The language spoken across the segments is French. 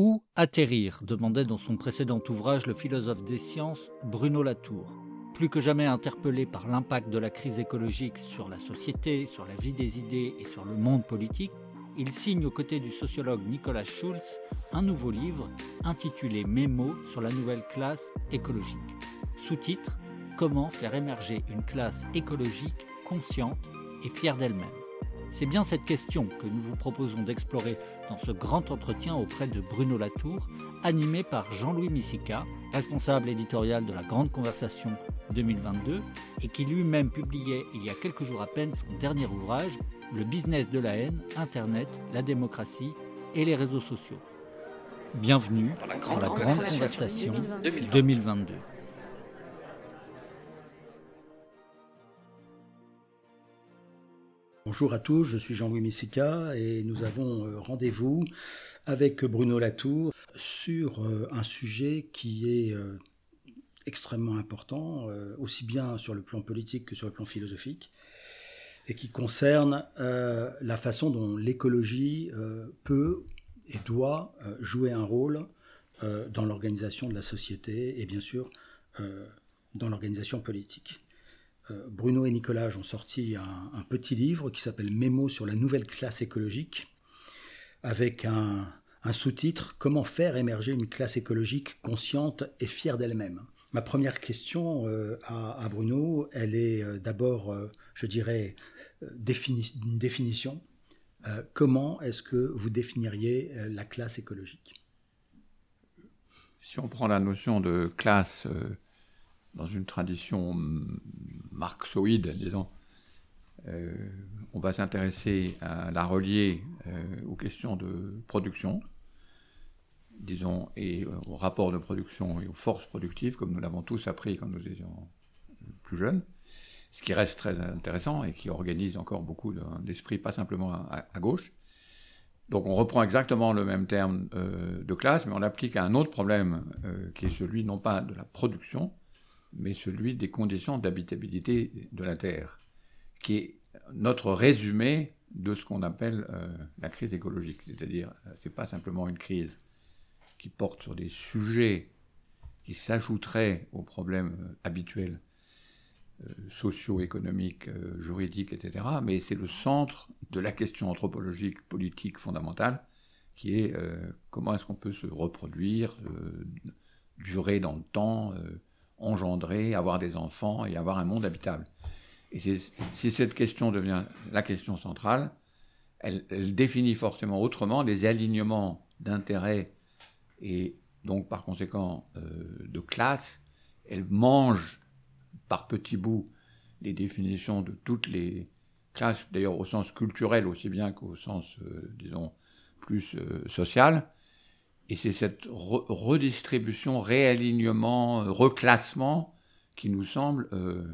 Où atterrir ? Demandait dans son précédent ouvrage le philosophe des sciences Bruno Latour. Plus que jamais interpellé par l'impact de la crise écologique sur la société, sur la vie des idées et sur le monde politique, il signe aux côtés du sociologue Nicolas Schulz un nouveau livre intitulé Mémo sur la nouvelle classe écologique. Sous-titre : Comment faire émerger une classe écologique consciente et fière d'elle-même. C'est bien cette question que nous vous proposons d'explorer dans ce grand entretien auprès de Bruno Latour, animé par Jean-Louis Missika, responsable éditorial de La Grande Conversation 2022, et qui lui-même publiait il y a quelques jours à peine son dernier ouvrage, Le business de la haine, Internet, la démocratie et les réseaux sociaux. Bienvenue dans La Grande Conversation 2022. Bonjour à tous, je suis Jean-Louis Missika et nous avons rendez-vous avec Bruno Latour sur un sujet qui est extrêmement important, aussi bien sur le plan politique que sur le plan philosophique, et qui concerne la façon dont l'écologie peut et doit jouer un rôle dans l'organisation de la société et bien sûr dans l'organisation politique. Bruno et Nicolas ont sorti un petit livre qui s'appelle « Mémo sur la nouvelle classe écologique » avec un sous-titre « Comment faire émerger une classe écologique consciente et fière d'elle-même ». Ma première question à Bruno, elle est d'abord, je dirais, une définition. Comment est-ce que vous définiriez la classe écologique ? Si on prend la notion de classe dans une tradition marxoïde, disons, on va s'intéresser à la relier aux questions de production, disons, et au rapport de production et aux forces productives, comme nous l'avons tous appris quand nous étions plus jeunes, ce qui reste très intéressant et qui organise encore beaucoup d'esprit, pas simplement à gauche. Donc on reprend exactement le même terme de classe, mais on l'applique à un autre problème qui est celui non pas de la production, mais celui des conditions d'habitabilité de la Terre, qui est notre résumé de ce qu'on appelle la crise écologique. C'est-à-dire, ce n'est pas simplement une crise qui porte sur des sujets qui s'ajouteraient aux problèmes habituels socio-économiques, juridiques, etc., mais c'est le centre de la question anthropologique, politique fondamentale, qui est comment est-ce qu'on peut se reproduire, durer dans le temps, engendrer, avoir des enfants et avoir un monde habitable. Et si cette question devient la question centrale, elle définit forcément autrement les alignements d'intérêts et donc par conséquent de classe. Elle mange par petits bouts les définitions de toutes les classes, d'ailleurs au sens culturel aussi bien qu'au sens, disons, plus social. Et c'est cette redistribution, réalignement, reclassement qui nous semble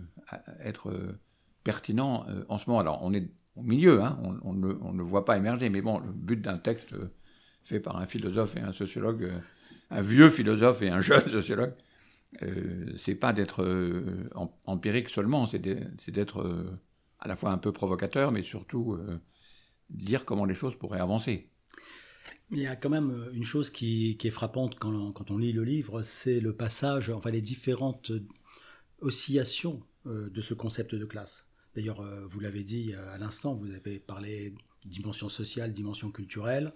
être pertinent en ce moment. Alors, on est au milieu, hein, on ne le voit pas émerger, mais bon, le but d'un texte fait par un philosophe et un sociologue, un vieux philosophe et un jeune sociologue, c'est pas d'être empirique seulement, c'est d'être à la fois un peu provocateur, mais surtout dire comment les choses pourraient avancer. Il y a quand même une chose qui est frappante quand on lit le livre, c'est le passage, enfin les différentes oscillations de ce concept de classe. D'ailleurs, vous l'avez dit à l'instant, vous avez parlé dimension sociale, dimension culturelle.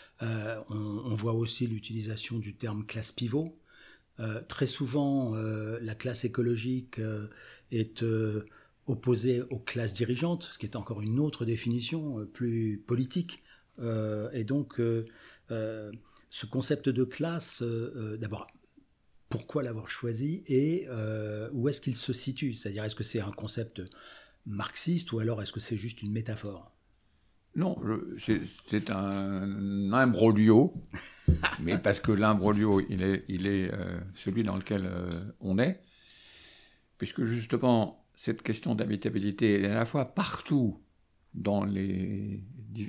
On voit aussi l'utilisation du terme classe pivot. Très souvent, la classe écologique est opposée aux classes dirigeantes, ce qui est encore une autre définition plus politique. Et donc, ce concept de classe, d'abord, pourquoi l'avoir choisi et où est-ce qu'il se situe ? C'est-à-dire, est-ce que c'est un concept marxiste ou alors est-ce que c'est juste une métaphore ? Non, c'est un imbroglio, mais parce que l'imbroglio, il est celui dans lequel on est, puisque justement, cette question d'habitabilité, elle est à la fois partout dans les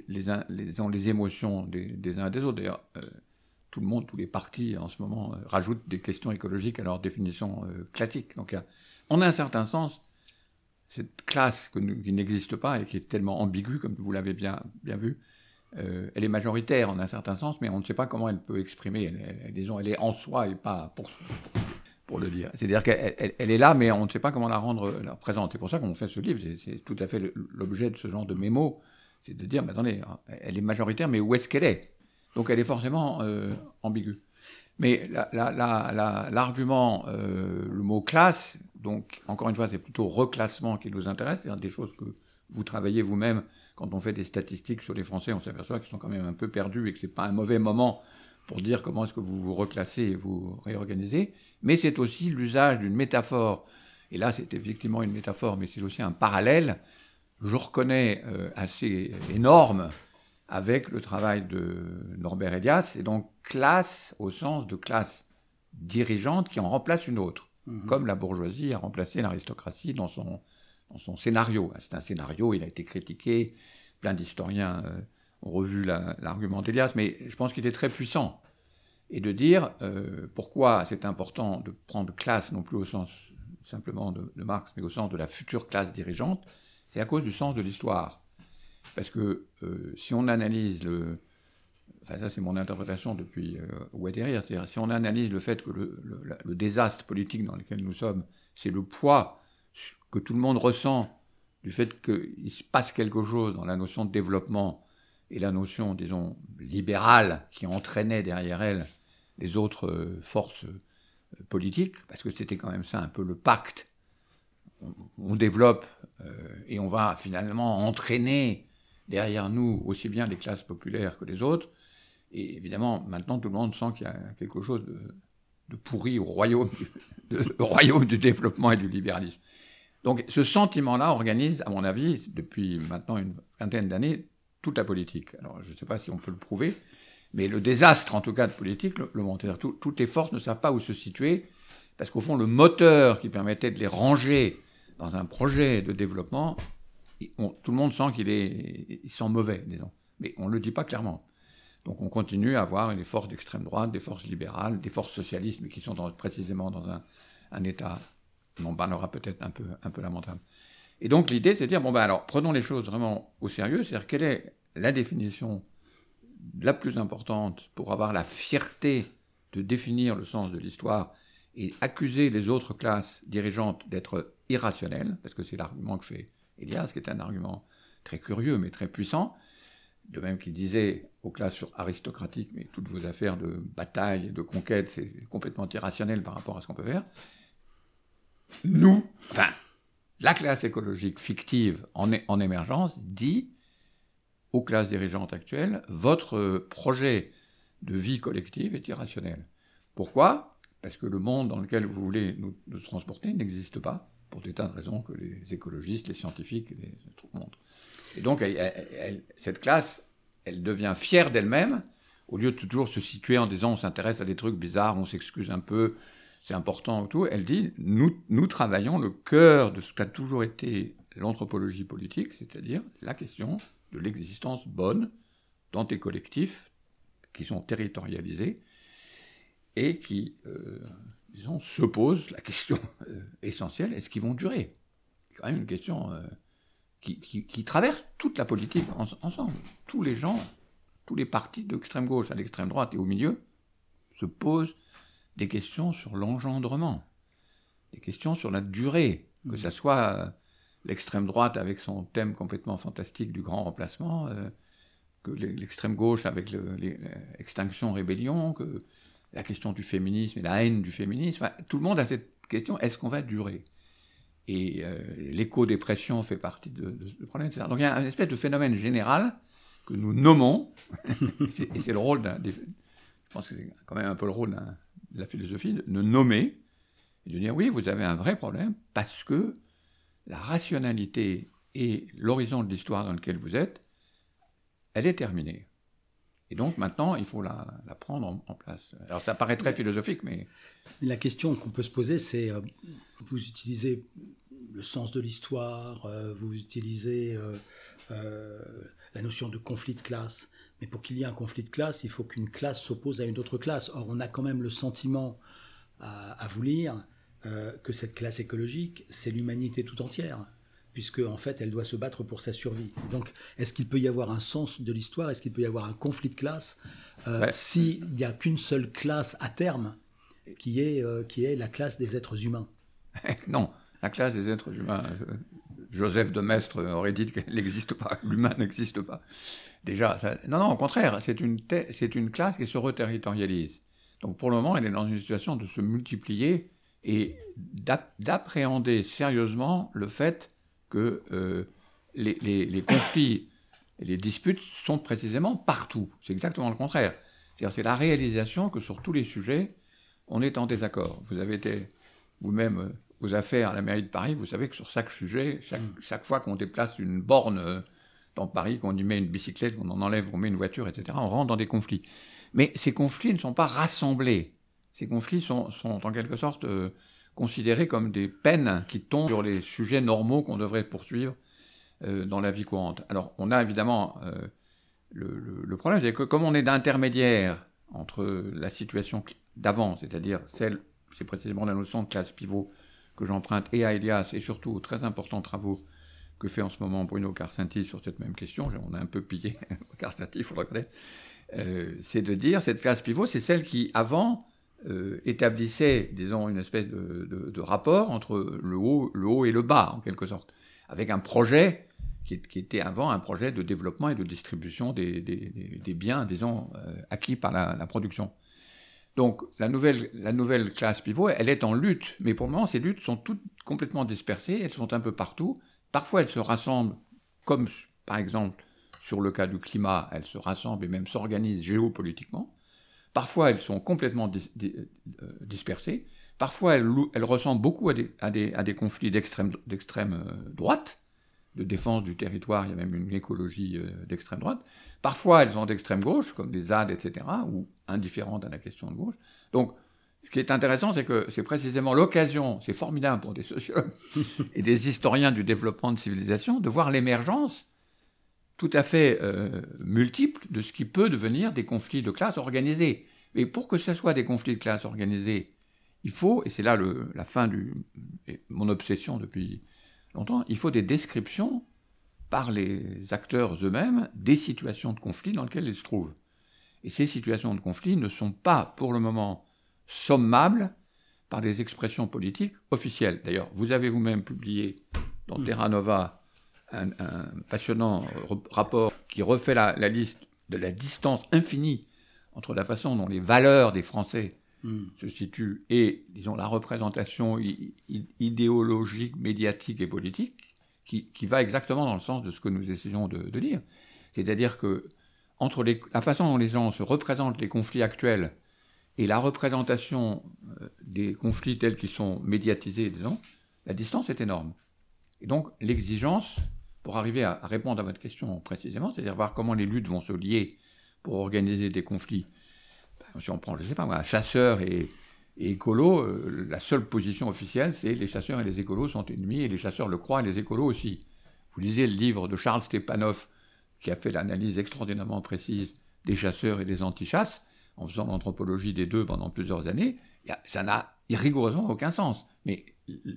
émotions des uns et des autres. D'ailleurs, tout le monde, tous les partis en ce moment rajoutent des questions écologiques à leur définition classique. Donc, en un certain sens, cette classe qui n'existe pas et qui est tellement ambiguë, comme vous l'avez bien vu, elle est majoritaire en un certain sens, mais on ne sait pas comment elle peut exprimer. Disons, elle est en soi et pas pour le dire. C'est-à-dire qu'elle est là, mais on ne sait pas comment la rendre présente. C'est pour ça qu'on fait ce livre. C'est tout à fait l'objet de ce genre de mémo. C'est de dire, mais attendez, elle est majoritaire, mais où est-ce qu'elle est ? Donc elle est forcément ambiguë. Mais l'argument, le mot classe, donc encore une fois, c'est plutôt reclassement qui nous intéresse. C'est des choses que vous travaillez vous-même. Quand on fait des statistiques sur les Français, on s'aperçoit qu'ils sont quand même un peu perdus et que ce n'est pas un mauvais moment pour dire comment est-ce que vous vous reclassez et vous réorganisez. Mais c'est aussi l'usage d'une métaphore. Et là, c'est effectivement une métaphore, mais c'est aussi un parallèle que je reconnais assez énorme avec le travail de Norbert Elias, et donc classe au sens de classe dirigeante qui en remplace une autre, comme la bourgeoisie a remplacé l'aristocratie dans son scénario. C'est un scénario, il a été critiqué, plein d'historiens ont revu l'argument d'Elias, mais je pense qu'il est très puissant. Et de dire pourquoi c'est important de prendre classe, non plus au sens simplement de Marx, mais au sens de la future classe dirigeante, c'est à cause du sens de l'histoire. Parce que si on analyse enfin ça c'est mon interprétation depuis Guattari, c'est-à-dire si on analyse le fait que le désastre politique dans lequel nous sommes, c'est le poids que tout le monde ressent du fait qu'il se passe quelque chose dans la notion de développement et la notion, disons, libérale qui entraînait derrière elle les autres forces politiques, parce que c'était quand même ça un peu le pacte. On développe et on va finalement entraîner derrière nous aussi bien les classes populaires que les autres. Et évidemment, maintenant, tout le monde sent qu'il y a quelque chose de pourri au royaume du développement et du libéralisme. Donc ce sentiment-là organise, à mon avis, depuis maintenant une vingtaine d'années, toute la politique. Alors je ne sais pas si on peut le prouver, mais le désastre, en tout cas, de politique, le montre. Toutes les forces ne savent pas où se situer, parce qu'au fond, le moteur qui permettait de les ranger dans un projet de développement, tout le monde sent il sent mauvais, disons. Mais on ne le dit pas clairement. Donc on continue à avoir des forces d'extrême droite, des forces libérales, des forces socialistes, mais qui sont précisément dans un état, on parlera peut-être un peu lamentable. Et donc l'idée, c'est de dire, alors prenons les choses vraiment au sérieux, c'est-à-dire quelle est la définition la plus importante pour avoir la fierté de définir le sens de l'histoire et accuser les autres classes dirigeantes d'être irrationnelles, parce que c'est l'argument que fait Elias, qui est un argument très curieux mais très puissant, de même qu'il disait aux classes aristocratiques, mais toutes vos affaires de bataille et de conquête, c'est complètement irrationnel par rapport à ce qu'on peut faire. La classe écologique fictive en émergence dit aux classes dirigeantes actuelles, votre projet de vie collective est irrationnel. Pourquoi ? Parce que le monde dans lequel vous voulez nous transporter n'existe pas, pour des tas de raisons que les écologistes, les scientifiques et les trucs montrent. Et donc, cette classe, elle devient fière d'elle-même, au lieu de toujours se situer en disant on s'intéresse à des trucs bizarres, on s'excuse un peu, c'est important et tout. Elle dit nous travaillons le cœur de ce qu'a toujours été l'anthropologie politique, c'est-à-dire la question de l'existence bonne dans des collectifs qui sont territorialisés et qui, disons, se posent la question essentielle, est-ce qu'ils vont durer ? C'est quand même une question qui traverse toute la politique ensemble. Tous les gens, tous les partis d'extrême gauche à l'extrême droite et au milieu se posent des questions sur l'engendrement, des questions sur la durée, que ce soit l'extrême droite avec son thème complètement fantastique du grand remplacement, que l'extrême gauche avec l'extinction-rébellion, que la question du féminisme et la haine du féminisme. Enfin, tout le monde a cette question, est-ce qu'on va durer ? Et l'éco-dépression fait partie de ce problème, etc. Donc il y a une espèce de phénomène général que nous nommons, et c'est le rôle je pense que c'est quand même un peu le rôle de la philosophie, de nommer, et de dire oui, vous avez un vrai problème, parce que la rationalité et l'horizon de l'histoire dans lequel vous êtes, elle est terminée. Et donc maintenant, il faut la prendre en place. Alors ça paraît très philosophique, mais... La question qu'on peut se poser, c'est, vous utilisez le sens de l'histoire, vous utilisez la notion de conflit de classe, mais pour qu'il y ait un conflit de classe, il faut qu'une classe s'oppose à une autre classe. Or, on a quand même le sentiment, à vous lire, que cette classe écologique, c'est l'humanité tout entière. puisque en fait elle doit se battre pour sa survie. Donc est-ce qu'il peut y avoir un sens de l'histoire? Est-ce qu'il peut y avoir un conflit de classe s'il n'y a qu'une seule classe à terme qui est la classe des êtres humains? Non, la classe des êtres humains, Joseph de Maistre aurait dit qu'elle n'existe pas, l'humain n'existe pas. Déjà, non, au contraire, c'est une classe qui se reterritorialise. Donc pour le moment, elle est dans une situation de se multiplier et d'appréhender sérieusement le fait que les conflits et les disputes sont précisément partout. C'est exactement le contraire. C'est-à-dire, c'est la réalisation que sur tous les sujets, on est en désaccord. Vous avez été vous-même aux affaires à la mairie de Paris, vous savez que sur chaque sujet, chaque fois qu'on déplace une borne dans Paris, qu'on y met une bicyclette, qu'on en enlève, qu'on met une voiture, etc., on rentre dans des conflits. Mais ces conflits ne sont pas rassemblés. Ces conflits sont en quelque sorte considérés comme des peines qui tombent sur les sujets normaux qu'on devrait poursuivre dans la vie courante. Alors, on a évidemment... le problème, c'est que comme on est d'intermédiaire entre la situation d'avant, c'est-à-dire c'est précisément la notion de classe pivot que j'emprunte et à Elias, et surtout aux très importants travaux que fait en ce moment Bruno Karsenty sur cette même question. On a un peu pillé Karsenty, il faut le reconnaître. C'est de dire, cette classe pivot, c'est celle qui, avant, établissait, disons, une espèce de rapport entre le haut et le bas, en quelque sorte, avec un projet qui était avant un projet de développement et de distribution des biens, disons, acquis par la production. Donc, la nouvelle classe pivot, elle est en lutte, mais pour le moment, ces luttes sont toutes complètement dispersées, elles sont un peu partout. Parfois, elles se rassemblent, comme par exemple sur le cas du climat, elles se rassemblent et même s'organisent géopolitiquement. Parfois, elles sont complètement dispersées. Parfois, elles ressemblent beaucoup à des conflits d'extrême droite, de défense du territoire, il y a même une écologie d'extrême droite. Parfois, elles sont d'extrême gauche, comme les ZAD, etc., ou indifférentes à la question de gauche. Donc, ce qui est intéressant, c'est que c'est précisément l'occasion, c'est formidable pour des sociologues et des historiens du développement de civilisation, de voir l'émergence tout à fait multiple de ce qui peut devenir des conflits de classe organisés. Mais pour que ce soit des conflits de classe organisés, il faut, et c'est là la fin mon obsession depuis longtemps, il faut des descriptions par les acteurs eux-mêmes des situations de conflit dans lesquelles ils se trouvent. Et ces situations de conflit ne sont pas, pour le moment, sommables par des expressions politiques officielles. D'ailleurs, vous avez vous-même publié dans Terra Nova un passionnant rapport qui refait la liste de la distance infinie entre la façon dont les valeurs des Français se situent et, disons, la représentation idéologique, médiatique et politique qui va exactement dans le sens de ce que nous essayons de dire. C'est-à-dire que entre la façon dont les gens se représentent les conflits actuels et la représentation des conflits tels qu'ils sont médiatisés, disons, la distance est énorme. Et donc, l'exigence, pour arriver à répondre à votre question précisément, c'est-à-dire voir comment les luttes vont se lier pour organiser des conflits. Si on prend, je ne sais pas moi, chasseurs et écolos, la seule position officielle, c'est les chasseurs et les écolos sont ennemis, et les chasseurs le croient, et les écolos aussi. Vous lisez le livre de Charles Stepanov, qui a fait l'analyse extraordinairement précise des chasseurs et des anti-chasses, en faisant l'anthropologie des deux pendant plusieurs années, ça n'a rigoureusement aucun sens. Mais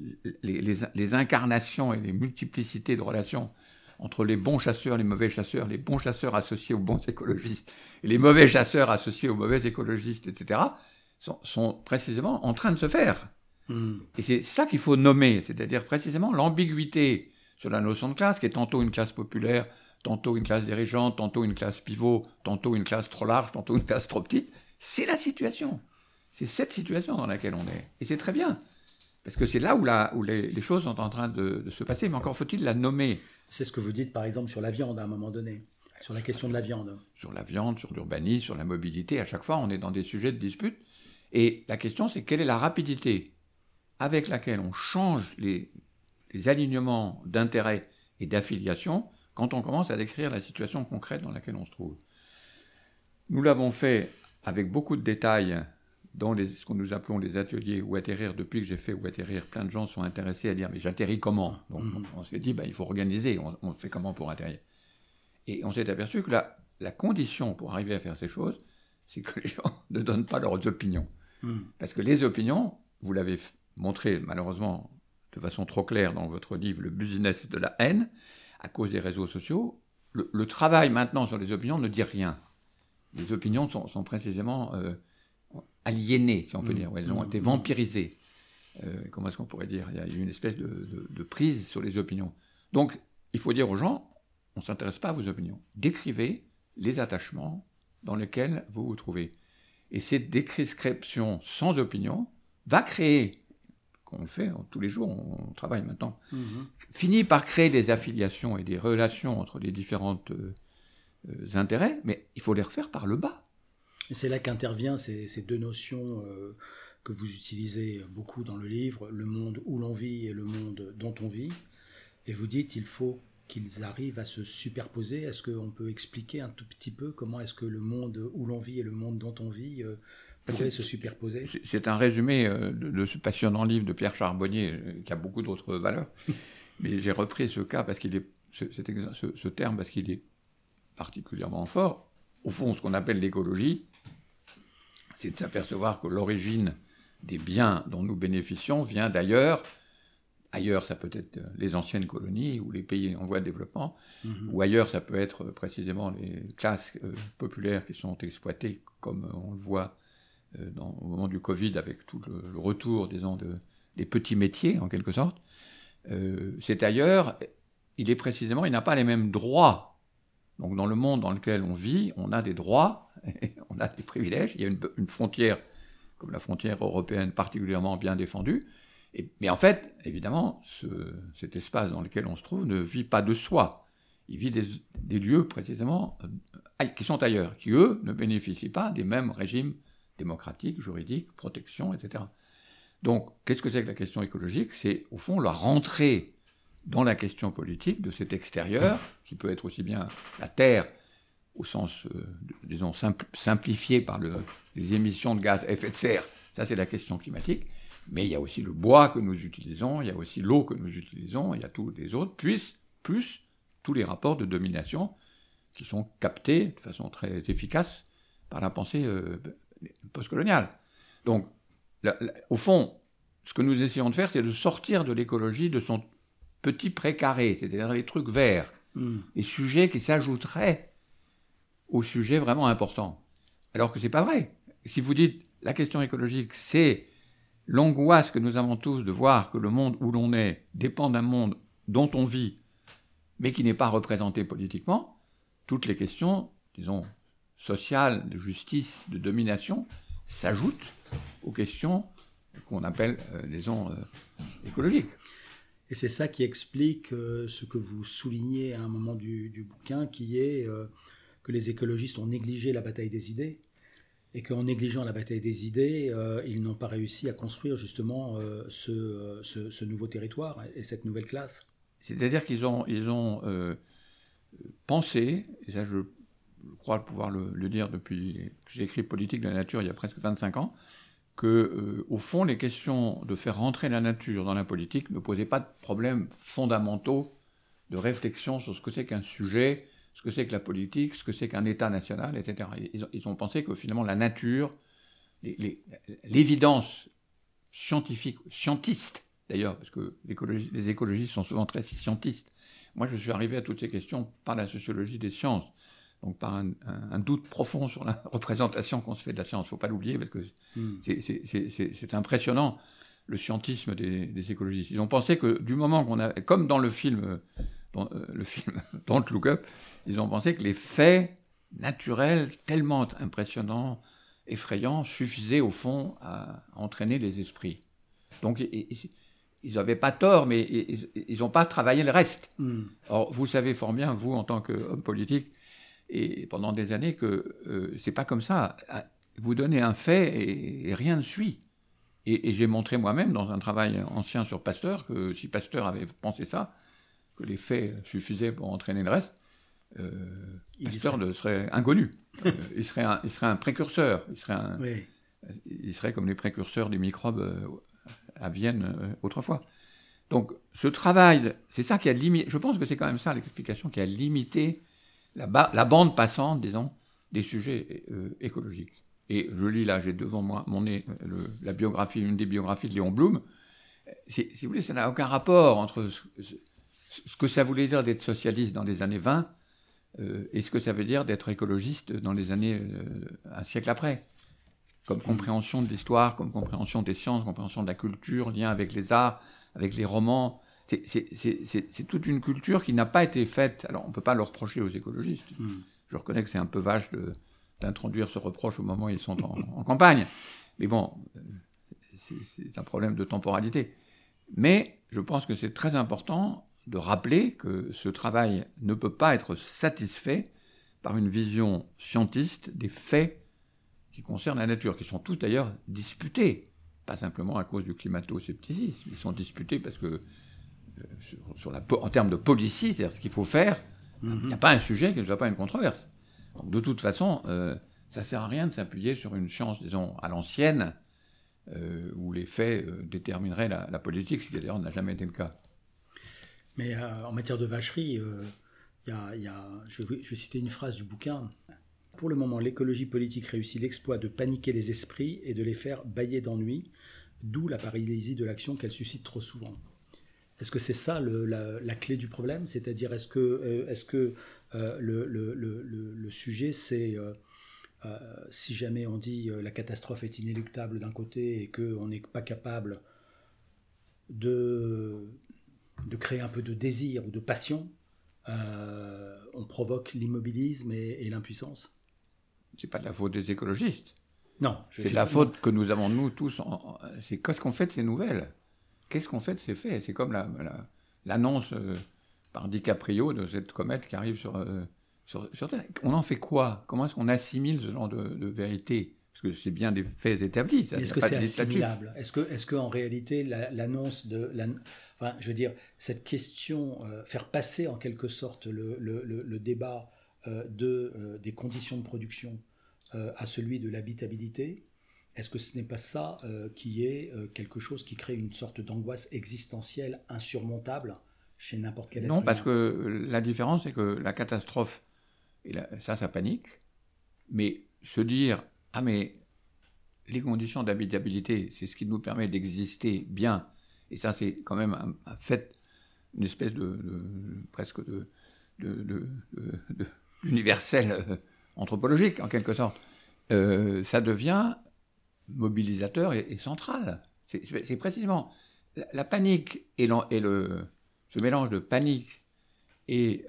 les incarnations et les multiplicités de relations entre les bons chasseurs les bons chasseurs associés aux bons écologistes, et les mauvais chasseurs associés aux mauvais écologistes, etc., sont précisément en train de se faire. Et c'est ça qu'il faut nommer, c'est-à-dire précisément l'ambiguïté sur la notion de classe, qui est tantôt une classe populaire, tantôt une classe dirigeante, tantôt une classe pivot, tantôt une classe trop large, tantôt une classe trop petite. C'est la situation. C'est cette situation dans laquelle on est. Et c'est très bien. Parce que c'est là où les choses sont en train de se passer, mais encore faut-il la nommer. C'est ce que vous dites, par exemple, sur la viande, à un moment donné, sur la question de la viande. Sur la viande, sur l'urbanisme, sur la mobilité, à chaque fois, on est dans des sujets de dispute. Et la question, c'est quelle est la rapidité avec laquelle on change les alignements d'intérêts et d'affiliation quand on commence à décrire la situation concrète dans laquelle on se trouve. Nous l'avons fait avec beaucoup de détails dans ce que nous appelons les ateliers Où atterrir. Depuis que j'ai fait Où atterrir, plein de gens sont intéressés à dire « mais j'atterris comment ?» Donc on s'est dit il faut organiser, on fait comment pour atterrir. Et on s'est aperçu que la condition pour arriver à faire ces choses, c'est que les gens ne donnent pas leurs opinions. Parce que les opinions, vous l'avez montré malheureusement de façon trop claire dans votre livre, le business de la haine, à cause des réseaux sociaux. Le travail maintenant sur les opinions ne dit rien. Les opinions sont précisément aliénées, si on peut dire. Elles ont été vampirisées. Comment est-ce qu'on pourrait dire ? Il y a eu une espèce de prise sur les opinions. Donc, il faut dire aux gens, on ne s'intéresse pas à vos opinions. Décrivez les attachements dans lesquels vous vous trouvez. Et cette description sans opinion va créer, qu'on le fait tous les jours, on travaille maintenant, finit par créer des affiliations et des relations entre les différents intérêts, mais il faut les refaire par le bas. Et c'est là qu'interviennent ces deux notions que vous utilisez beaucoup dans le livre, le monde où l'on vit et le monde dont on vit. Et vous dites qu'il faut qu'ils arrivent à se superposer. Est-ce qu'on peut expliquer un tout petit peu comment est-ce que le monde où l'on vit et le monde dont on vit pourraient se superposer ? C'est un résumé de ce passionnant livre de Pierre Charbonnier, qui a beaucoup d'autres valeurs. Mais j'ai repris ce cas, parce qu'il est, ce terme, parce qu'il est particulièrement fort. Au fond, ce qu'on appelle l'écologie, c'est de s'apercevoir que l'origine des biens dont nous bénéficions vient d'ailleurs. Ailleurs, ça peut être les anciennes colonies ou les pays en voie de développement, ou ailleurs, ça peut être précisément les classes populaires qui sont exploitées, comme on le voit au moment du Covid, avec tout le retour, disons, des petits métiers, en quelque sorte. C'est ailleurs, il n'a pas les mêmes droits. Donc, dans le monde dans lequel on vit, on a des droits, on a des privilèges. Il y a une frontière, comme la frontière européenne, particulièrement bien défendue. Mais en fait, évidemment, cet espace dans lequel on se trouve ne vit pas de soi. Il vit des lieux, précisément, qui sont ailleurs, qui, eux, ne bénéficient pas des mêmes régimes démocratiques, juridiques, protection, etc. Donc, qu'est-ce que c'est que la question écologique ? C'est, au fond, la rentrée dans la question politique de cet extérieur, qui peut être aussi bien la Terre, au sens, disons, simplifié par les émissions de gaz à effet de serre, ça c'est la question climatique, mais il y a aussi le bois que nous utilisons, il y a aussi l'eau que nous utilisons, il y a tous les autres, plus tous les rapports de domination qui sont captés de façon très efficace par la pensée postcoloniale. Donc, au fond, ce que nous essayons de faire, c'est de sortir de l'écologie de son petit précaré, c'est-à-dire les trucs verts, les sujets qui s'ajouteraient aux sujets vraiment importants. Alors que ce n'est pas vrai. Si vous dites la question écologique, c'est l'angoisse que nous avons tous de voir que le monde où l'on est dépend d'un monde dont on vit, mais qui n'est pas représenté politiquement, toutes les questions, disons, sociales, de justice, de domination, s'ajoutent aux questions qu'on appelle, disons, écologiques. Et c'est ça qui explique ce que vous soulignez à un moment du bouquin, qui est que les écologistes ont négligé la bataille des idées, et qu'en négligeant la bataille des idées, ils n'ont pas réussi à construire justement ce nouveau territoire et cette nouvelle classe. C'est-à-dire qu'ils ont pensé, et ça je crois pouvoir le dire depuis que j'ai écrit Politique de la nature il y a presque 25 ans, qu'au fond, les questions de faire rentrer la nature dans la politique ne posaient pas de problèmes fondamentaux de réflexion sur ce que c'est qu'un sujet, ce que c'est que la politique, ce que c'est qu'un État national, etc. Ils ont pensé que finalement la nature, l'évidence scientifique, scientiste d'ailleurs, parce que les écologistes sont souvent très scientistes. Moi, je suis arrivé à toutes ces questions par la sociologie des sciences, donc par un doute profond sur la représentation qu'on se fait de la science. Il ne faut pas l'oublier, parce que c'est impressionnant, le scientisme des écologistes. Ils ont pensé que du moment qu'on a, comme dans le film Don't Look Up, ils ont pensé que les faits naturels, tellement impressionnants, effrayants, suffisaient au fond à entraîner les esprits. Donc ils n'avaient pas tort, mais ils n'ont pas travaillé le reste. Or, vous savez fort bien, vous, en tant qu'homme politique, et pendant des années, que c'est pas comme ça. Vous donnez un fait et rien ne suit. Et j'ai montré moi-même, dans un travail ancien sur Pasteur, que si Pasteur avait pensé ça, que les faits suffisaient pour entraîner le reste, Pasteur serait inconnu. Il serait un précurseur. Il serait comme les précurseurs des microbes à Vienne autrefois. Donc, ce travail, c'est ça qui a limité. Je pense que c'est quand même ça l'explication qui a limité la bande passante, disons, des sujets écologiques. Et je lis là, j'ai devant moi mon nez une des biographies de Léon Blum. si vous voulez, ça n'a aucun rapport entre ce que ça voulait dire d'être socialiste dans les années 20 et ce que ça veut dire d'être écologiste dans les années un siècle après. Comme compréhension de l'histoire, comme compréhension des sciences, compréhension de la culture, lien avec les arts, avec les romans. C'est toute une culture qui n'a pas été faite. Alors, on ne peut pas le reprocher aux écologistes. Je reconnais que c'est un peu vache d'introduire ce reproche au moment où ils sont en campagne. Mais bon, c'est un problème de temporalité. Mais je pense que c'est très important de rappeler que ce travail ne peut pas être satisfait par une vision scientiste des faits qui concernent la nature, qui sont tous d'ailleurs disputés, pas simplement à cause du climato-scepticisme. Ils sont disputés parce que, en termes de policy, c'est-à-dire ce qu'il faut faire, il n'y a pas un sujet qui ne soit pas une controverse. Donc de toute façon, ça ne sert à rien de s'appuyer sur une science, disons, à l'ancienne, où les faits détermineraient la politique, ce qui d'ailleurs n'a jamais été le cas. Mais en matière de vacherie, je vais citer une phrase du bouquin. Pour le moment, l'écologie politique réussit l'exploit de paniquer les esprits et de les faire bâiller d'ennui, d'où la paralysie de l'action qu'elle suscite trop souvent. Est-ce que c'est ça la clé du problème ? C'est-à-dire, est-ce que le sujet, c'est si jamais on dit la catastrophe est inéluctable d'un côté et qu'on n'est pas capable de créer un peu de désir ou de passion, on provoque l'immobilisme et l'impuissance ? C'est pas de la faute des écologistes. Non. C'est de la faute que nous avons, nous, tous. C'est qu'est-ce qu'on fait de ces nouvelles ? Qu'est-ce qu'on fait de ces faits ? C'est comme l'annonce par DiCaprio de cette comète qui arrive sur Terre. On en fait quoi ? Comment est-ce qu'on assimile ce genre de vérité ? Parce que c'est bien des faits établis. Est-ce que c'est assimilable ? Est-ce qu'en réalité, l'annonce de... Enfin, je veux dire, cette question, faire passer en quelque sorte le débat des conditions de production à celui de l'habitabilité, est-ce que ce n'est pas ça qui est quelque chose qui crée une sorte d'angoisse existentielle insurmontable chez n'importe quel être humain ? Non, parce que la différence, c'est que la catastrophe, ça panique, mais se dire, ah mais les conditions d'habitabilité, c'est ce qui nous permet d'exister bien, et ça c'est quand même un fait, une espèce presque d'universel anthropologique en quelque sorte, ça devient mobilisateur et central. C'est précisément la panique et ce mélange de panique et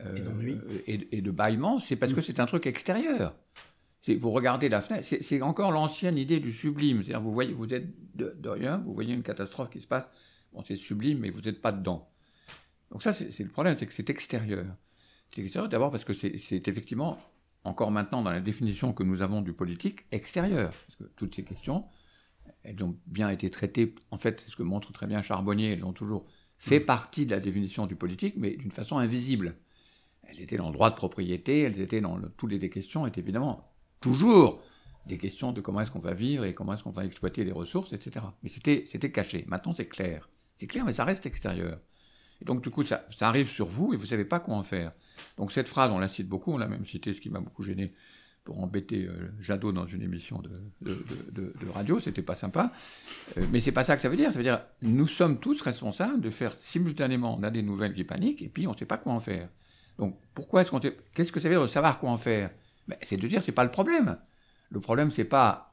de bâillement, c'est parce que c'est un truc extérieur. Vous regardez la fenêtre, c'est encore l'ancienne idée du sublime. C'est-à-dire, vous êtes de rien, vous voyez une catastrophe qui se passe, bon, c'est sublime, mais vous n'êtes pas dedans. Donc ça, c'est le problème, c'est que c'est extérieur. C'est extérieur d'abord parce que c'est effectivement, encore maintenant dans la définition que nous avons du politique, extérieur. Parce que toutes ces questions, elles ont bien été traitées, en fait, c'est ce que montre très bien Charbonnier, elles ont toujours fait partie de la définition du politique, mais d'une façon invisible. Elles étaient dans le droit de propriété, elles étaient dans toutes les questions, étaient évidemment toujours des questions de comment est-ce qu'on va vivre et comment est-ce qu'on va exploiter les ressources, etc. Mais c'était caché. Maintenant, c'est clair. C'est clair, mais ça reste extérieur. Et donc, du coup, ça arrive sur vous et vous ne savez pas quoi en faire. Donc, cette phrase, on la cite beaucoup, on l'a même citée, ce qui m'a beaucoup gêné, pour embêter Jadot dans une émission de radio, c'était pas sympa. Mais c'est pas ça que ça veut dire. Ça veut dire, nous sommes tous responsables de faire simultanément, on a des nouvelles qui paniquent, et puis on ne sait pas quoi en faire. Donc, qu'est-ce que ça veut dire de savoir quoi en faire ? C'est de dire, c'est pas le problème. Le problème, c'est pas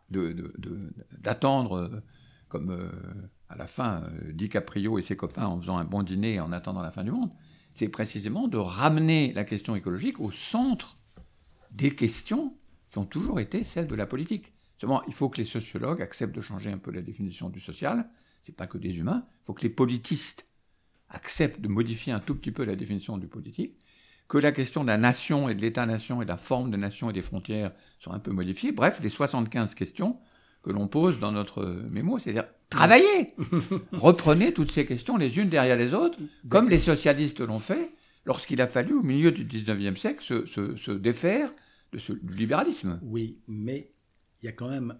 d'attendre, comme à la fin, DiCaprio et ses copains en faisant un bon dîner en attendant la fin du monde. C'est précisément de ramener la question écologique au centre des questions qui ont toujours été celles de la politique. Seulement, il faut que les sociologues acceptent de changer un peu la définition du social. C'est pas que des humains. Il faut que les politistes acceptent de modifier un tout petit peu la définition du politique. Que la question de la nation et de l'État-nation et de la forme de nation et des frontières sont un peu modifiées. Bref, les 75 questions que l'on pose dans notre mémo, c'est-à-dire travaillez, reprenez toutes ces questions les unes derrière les autres, comme les socialistes l'ont fait lorsqu'il a fallu, au milieu du 19e siècle, se défaire du libéralisme. Oui, mais il y a quand même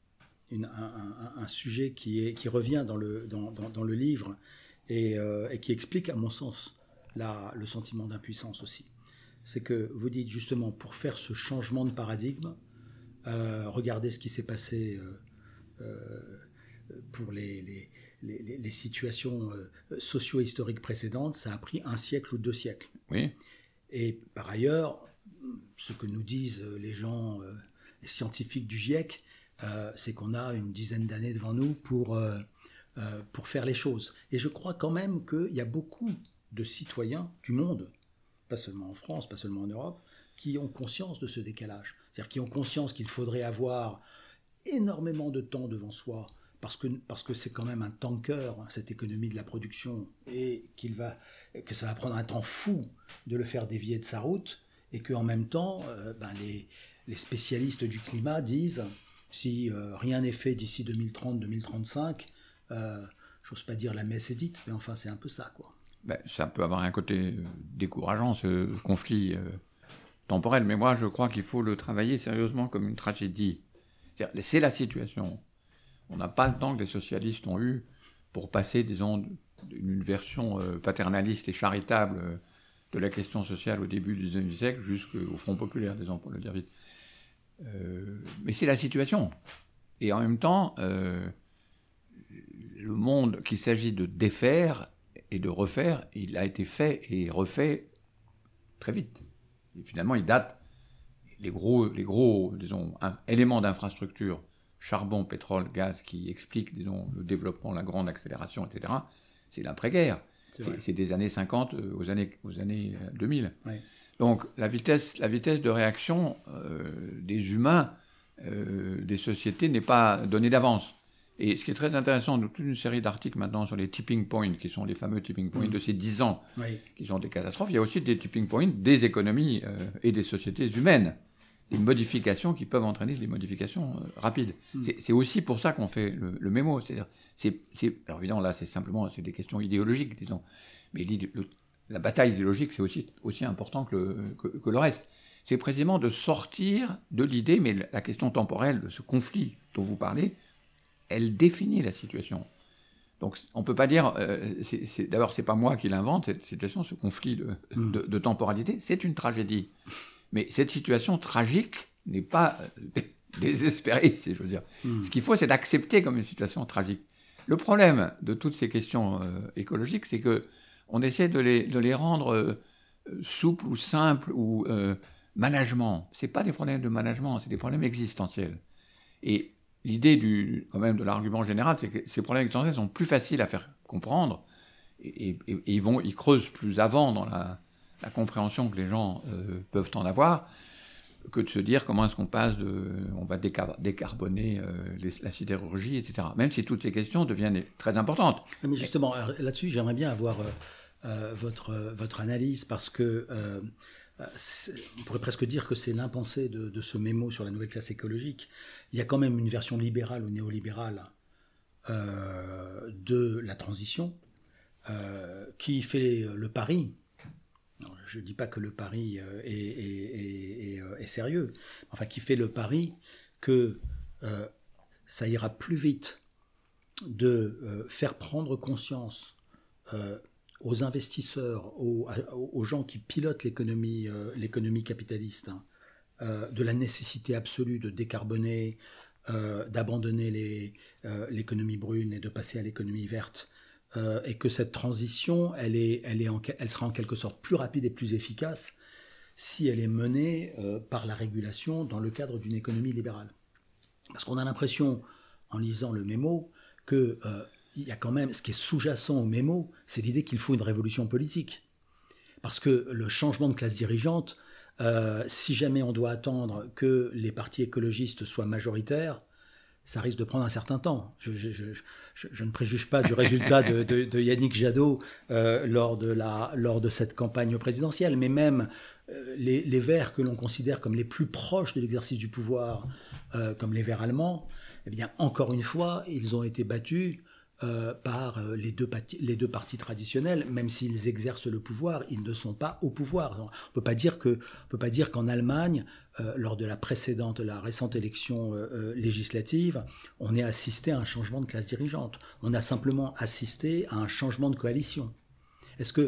un sujet qui revient dans le livre et qui explique, à mon sens, le sentiment d'impuissance aussi. C'est que vous dites justement, pour faire ce changement de paradigme, regardez ce qui s'est passé pour les les situations socio-historiques précédentes, ça a pris 1 siècle ou 2 siècles. Oui. Et par ailleurs, ce que nous disent les gens, les scientifiques du GIEC, c'est qu'on a une dizaine d'années devant nous pour faire les choses. Et je crois quand même qu'il y a beaucoup de citoyens du monde, pas seulement en France, pas seulement en Europe, qui ont conscience de ce décalage. C'est-à-dire qui ont conscience qu'il faudrait avoir énormément de temps devant soi, parce que c'est quand même un tanker, cette économie de la production, et que ça va prendre un temps fou de le faire dévier de sa route, et qu'en même temps, les spécialistes du climat disent, si rien n'est fait d'ici 2030-2035, j'ose pas dire la messe est dite, mais enfin c'est un peu ça, quoi. Ça peut avoir un côté décourageant, ce conflit temporel, mais moi je crois qu'il faut le travailler sérieusement comme une tragédie. C'est la situation. On n'a pas le temps que les socialistes ont eu pour passer, disons, d'une version paternaliste et charitable de la question sociale au début du XIXe siècle jusqu'au Front populaire, disons, pour le dire vite. Mais c'est la situation. Et en même temps, le monde qu'il s'agit de défaire et de refaire, il a été fait et refait très vite. Et finalement, il date les gros disons, éléments d'infrastructure, charbon, pétrole, gaz, qui expliquent, disons, le développement, la grande accélération, etc., c'est l'après-guerre. C'est des années 50 aux années 2000. Oui. Donc, la vitesse de réaction des humains, des sociétés, n'est pas donnée d'avance. Et ce qui est très intéressant, toute une série d'articles maintenant sur les tipping points, qui sont les fameux tipping points de ces 10 ans, qui sont des catastrophes, il y a aussi des tipping points des économies et des sociétés humaines, des modifications qui peuvent entraîner des modifications rapides. C'est aussi pour ça qu'on fait le mémo. C'est-à-dire, alors évidemment, là, c'est des questions idéologiques, disons, mais la bataille idéologique, c'est aussi important que le reste. C'est précisément de sortir de l'idée, mais la question temporelle de ce conflit dont vous parlez, elle définit la situation. Donc, on ne peut pas dire... d'abord, ce n'est pas moi qui l'invente, cette situation, ce conflit de temporalité, c'est une tragédie. Mais cette situation tragique n'est pas désespérée, si je veux dire. Ce qu'il faut, c'est d'accepter comme une situation tragique. Le problème de toutes ces questions écologiques, c'est qu'on essaie de les rendre souples ou simples ou management. Ce n'est pas des problèmes de management, c'est des problèmes existentiels. Et l'idée quand même de l'argument général, c'est que ces problèmes existentiels sont plus faciles à faire comprendre et ils creusent plus avant dans la compréhension que les gens peuvent en avoir, que de se dire comment est-ce qu'on passe on va décarboner la sidérurgie, etc. Même si toutes ces questions deviennent très importantes. Mais justement, là-dessus, j'aimerais bien avoir votre analyse, parce que on pourrait presque dire que c'est l'impensé de ce mémo sur la nouvelle classe écologique. Il y a quand même une version libérale ou néolibérale de la transition qui fait le pari. Alors, je ne dis pas que le pari est sérieux, enfin qui fait le pari que ça ira plus vite de faire prendre conscience aux investisseurs, aux gens qui pilotent l'économie capitaliste, de la nécessité absolue de décarboner, d'abandonner l'économie brune et de passer à l'économie verte, et que cette transition, elle sera en quelque sorte plus rapide et plus efficace si elle est menée par la régulation dans le cadre d'une économie libérale. Parce qu'on a l'impression, en lisant le mémo, que il y a quand même, ce qui est sous-jacent au mémo, c'est l'idée qu'il faut une révolution politique. Parce que le changement de classe dirigeante, si jamais on doit attendre que les partis écologistes soient majoritaires, ça risque de prendre un certain temps. Je ne préjuge pas du résultat de Yannick Jadot lors de cette campagne présidentielle, mais même les Verts que l'on considère comme les plus proches de l'exercice du pouvoir, comme les Verts allemands, eh bien, encore une fois, ils ont été battus par les deux partis traditionnels. Même s'ils exercent le pouvoir, ils ne sont pas au pouvoir. On ne peut pas dire qu'en Allemagne, lors de la récente élection législative, on ait assisté à un changement de classe dirigeante. On a simplement assisté à un changement de coalition. Est-ce que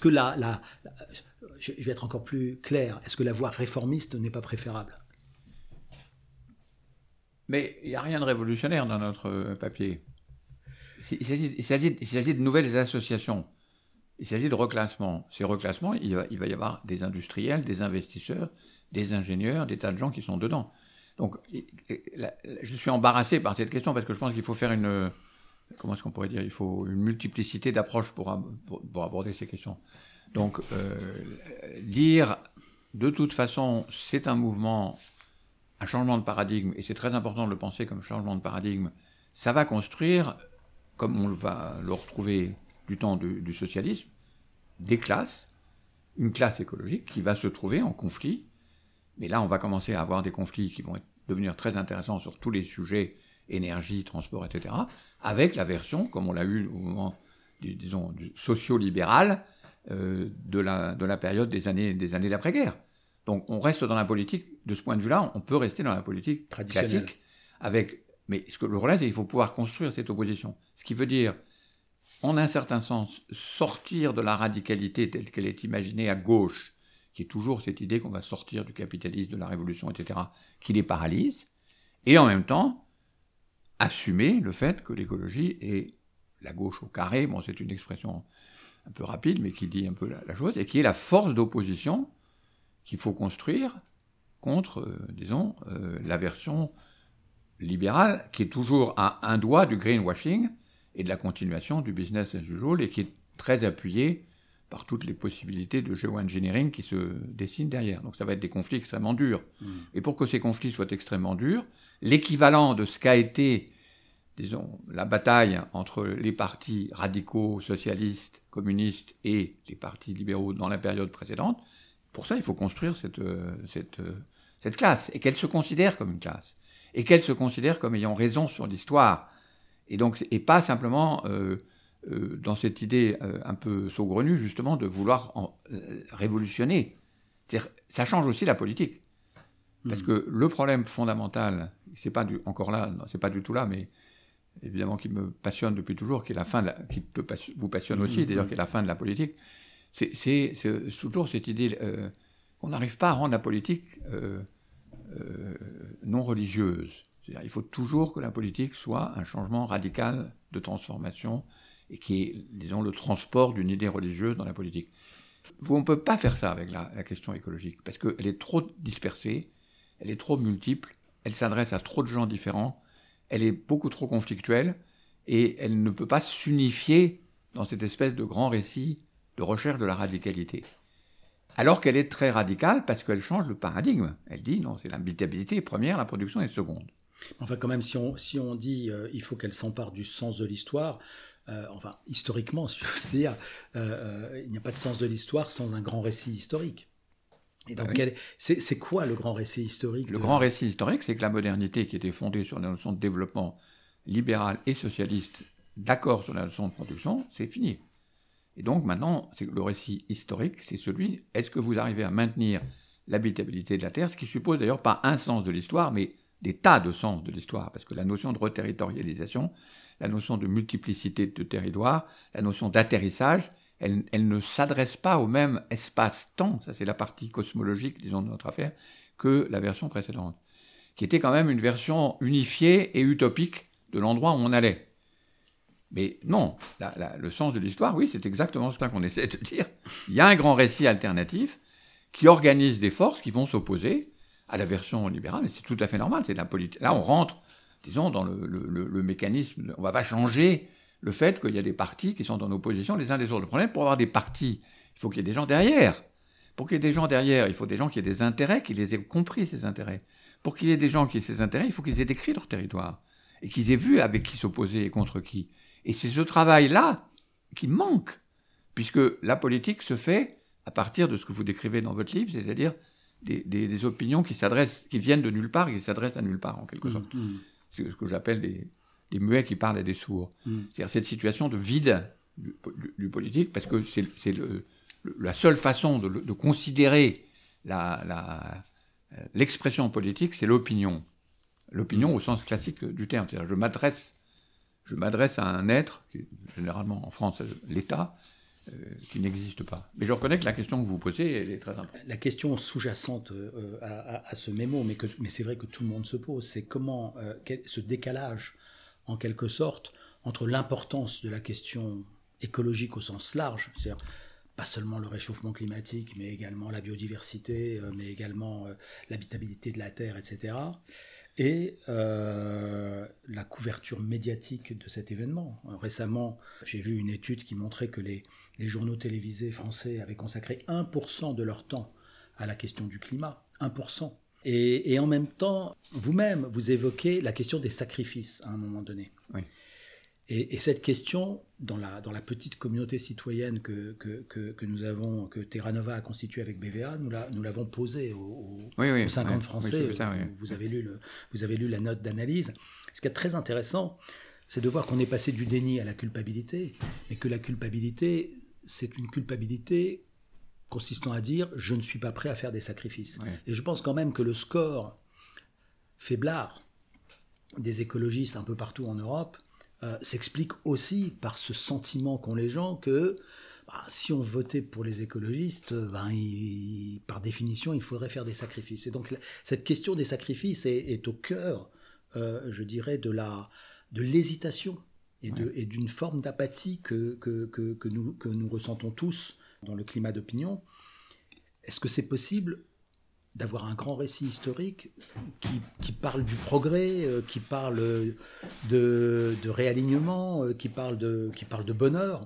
je vais être encore plus clair, est-ce que la voie réformiste n'est pas préférable ? Mais il n'y a rien de révolutionnaire dans notre papier. Il s'agit de nouvelles associations. Il s'agit de reclassement. Ces reclassements, il va y avoir des industriels, des investisseurs, des ingénieurs, des tas de gens qui sont dedans. Donc, je suis embarrassé par cette question parce que je pense qu'il faut faire comment est-ce qu'on pourrait dire ? Il faut une multiplicité d'approches pour aborder ces questions. Donc, dire de toute façon, c'est un mouvement, un changement de paradigme, et c'est très important de le penser comme changement de paradigme, ça va construire, comme on va le retrouver du temps du socialisme, des classes, une classe écologique qui va se trouver en conflit. Mais là, on va commencer à avoir des conflits qui vont devenir très intéressants sur tous les sujets, énergie, transport, etc., avec la version, comme on l'a eu au moment, du socio-libéral de la période des années d'après-guerre. Donc, on reste dans la politique, de ce point de vue-là, on peut rester dans la politique classique, mais le problème, c'est qu'il faut pouvoir construire cette opposition. Ce qui veut dire, en un certain sens, sortir de la radicalité telle qu'elle est imaginée à gauche, qui est toujours cette idée qu'on va sortir du capitalisme, de la révolution, etc., qui les paralyse, et en même temps, assumer le fait que l'écologie est la gauche au carré, bon, c'est une expression un peu rapide, mais qui dit un peu la chose, et qui est la force d'opposition qu'il faut construire contre, la version libérale, qui est toujours à un doigt du greenwashing et de la continuation du business as usual, et qui est très appuyée par toutes les possibilités de géo-engineering qui se dessinent derrière. Donc ça va être des conflits extrêmement durs. Et pour que ces conflits soient extrêmement durs, l'équivalent de ce qu'a été, la bataille entre les partis radicaux, socialistes, communistes et les partis libéraux dans la période précédente, pour ça, il faut construire cette classe, et qu'elle se considère comme une classe, et qu'elle se considère comme ayant raison sur l'histoire, et pas simplement dans cette idée un peu saugrenue, justement, de vouloir révolutionner. C'est-à-dire, ça change aussi la politique. Parce que le problème fondamental, c'est pas du tout là, mais évidemment qui me passionne depuis toujours, qui est vous passionne aussi, d'ailleurs, qui est la fin de la politique, c'est toujours cette idée qu'on n'arrive pas à rendre la politique non religieuse. C'est-à-dire, il faut toujours que la politique soit un changement radical de transformation et qui est, disons, le transport d'une idée religieuse dans la politique. On ne peut pas faire ça avec la question écologique, parce qu'elle est trop dispersée, elle est trop multiple, elle s'adresse à trop de gens différents, elle est beaucoup trop conflictuelle, et elle ne peut pas s'unifier dans cette espèce de grand récit de recherche de la radicalité. Alors qu'elle est très radicale, parce qu'elle change le paradigme. Elle dit, non, c'est l'habitabilité première, la production est seconde. Enfin, quand même, si on dit il faut qu'elle s'empare du sens de l'histoire, historiquement, si je veux dire, il n'y a pas de sens de l'histoire sans un grand récit historique. Et donc, c'est quoi le grand récit historique ? Le grand récit historique, c'est que la modernité, qui était fondée sur la notion de développement libéral et socialiste, d'accord sur la notion de production, c'est fini. Et donc, maintenant, le récit historique, c'est celui, est-ce que vous arrivez à maintenir l'habitabilité de la Terre, ce qui suppose d'ailleurs pas un sens de l'histoire, mais des tas de sens de l'histoire, parce que la notion de reterritorialisation, la notion de multiplicité de territoires, la notion d'atterrissage, elle ne s'adresse pas au même espace-temps, ça c'est la partie cosmologique, disons, de notre affaire, que la version précédente, qui était quand même une version unifiée et utopique de l'endroit où on allait. Mais non, le sens de l'histoire, oui, c'est exactement ça qu'on essaie de dire. Il y a un grand récit alternatif qui organise des forces qui vont s'opposer à la version libérale, et c'est tout à fait normal, c'est de la politique. Là, on rentre, disons, dans le mécanisme, on ne va pas changer le fait qu'il y a des partis qui sont en opposition les uns des autres. Le problème, pour avoir des partis, il faut qu'il y ait des gens derrière. Pour qu'il y ait des gens derrière, il faut des gens qui aient des intérêts, qui les aient compris, ces intérêts. Pour qu'il y ait des gens qui aient ces intérêts, il faut qu'ils aient décrit leur territoire, et qu'ils aient vu avec qui s'opposer et contre qui. Et c'est ce travail-là qui manque, puisque la politique se fait à partir de ce que vous décrivez dans votre livre, c'est-à-dire des opinions qui viennent de nulle part et qui s'adressent à nulle part, en quelque sorte. C'est ce que j'appelle des muets qui parlent à des sourds. C'est-à-dire cette situation de vide du politique, parce que c'est la seule façon de considérer l'expression politique, c'est l'opinion. L'opinion au sens classique du terme. C'est-à-dire, je m'adresse à un être, qui est généralement en France l'État, qui n'existe pas. Mais je reconnais que la question que vous posez, elle est très importante. La question sous-jacente à ce mémo, mais c'est vrai que tout le monde se pose, c'est comment ce décalage, en quelque sorte, entre l'importance de la question écologique au sens large, c'est-à-dire pas seulement le réchauffement climatique, mais également la biodiversité, mais également l'habitabilité de la Terre, etc. Et la couverture médiatique de cet événement. Récemment, j'ai vu une étude qui montrait que les journaux télévisés français avaient consacré 1% de leur temps à la question du climat. 1%. Et en même temps, vous-même, vous évoquez la question des sacrifices à un moment donné. Oui. Et cette question, dans la petite communauté citoyenne que nous avons, que Terra Nova a constituée avec BVA, nous l'avons posée aux 50 Français. Oui, ça, oui. Vous avez lu la note d'analyse. Ce qui est très intéressant, c'est de voir qu'on est passé du déni à la culpabilité, et que la culpabilité, c'est une culpabilité consistant à dire « je ne suis pas prêt à faire des sacrifices Oui. ». Et je pense quand même que le score faiblard des écologistes un peu partout en Europe s'explique aussi par ce sentiment qu'ont les gens que si on votait pour les écologistes, par définition, il faudrait faire des sacrifices. Et donc cette question des sacrifices est au cœur, je dirais, de l'hésitation et d'une forme d'apathie que nous ressentons tous dans le climat d'opinion. Est-ce que c'est possible d'avoir un grand récit historique qui parle du progrès, qui parle de réalignement, qui parle de bonheur,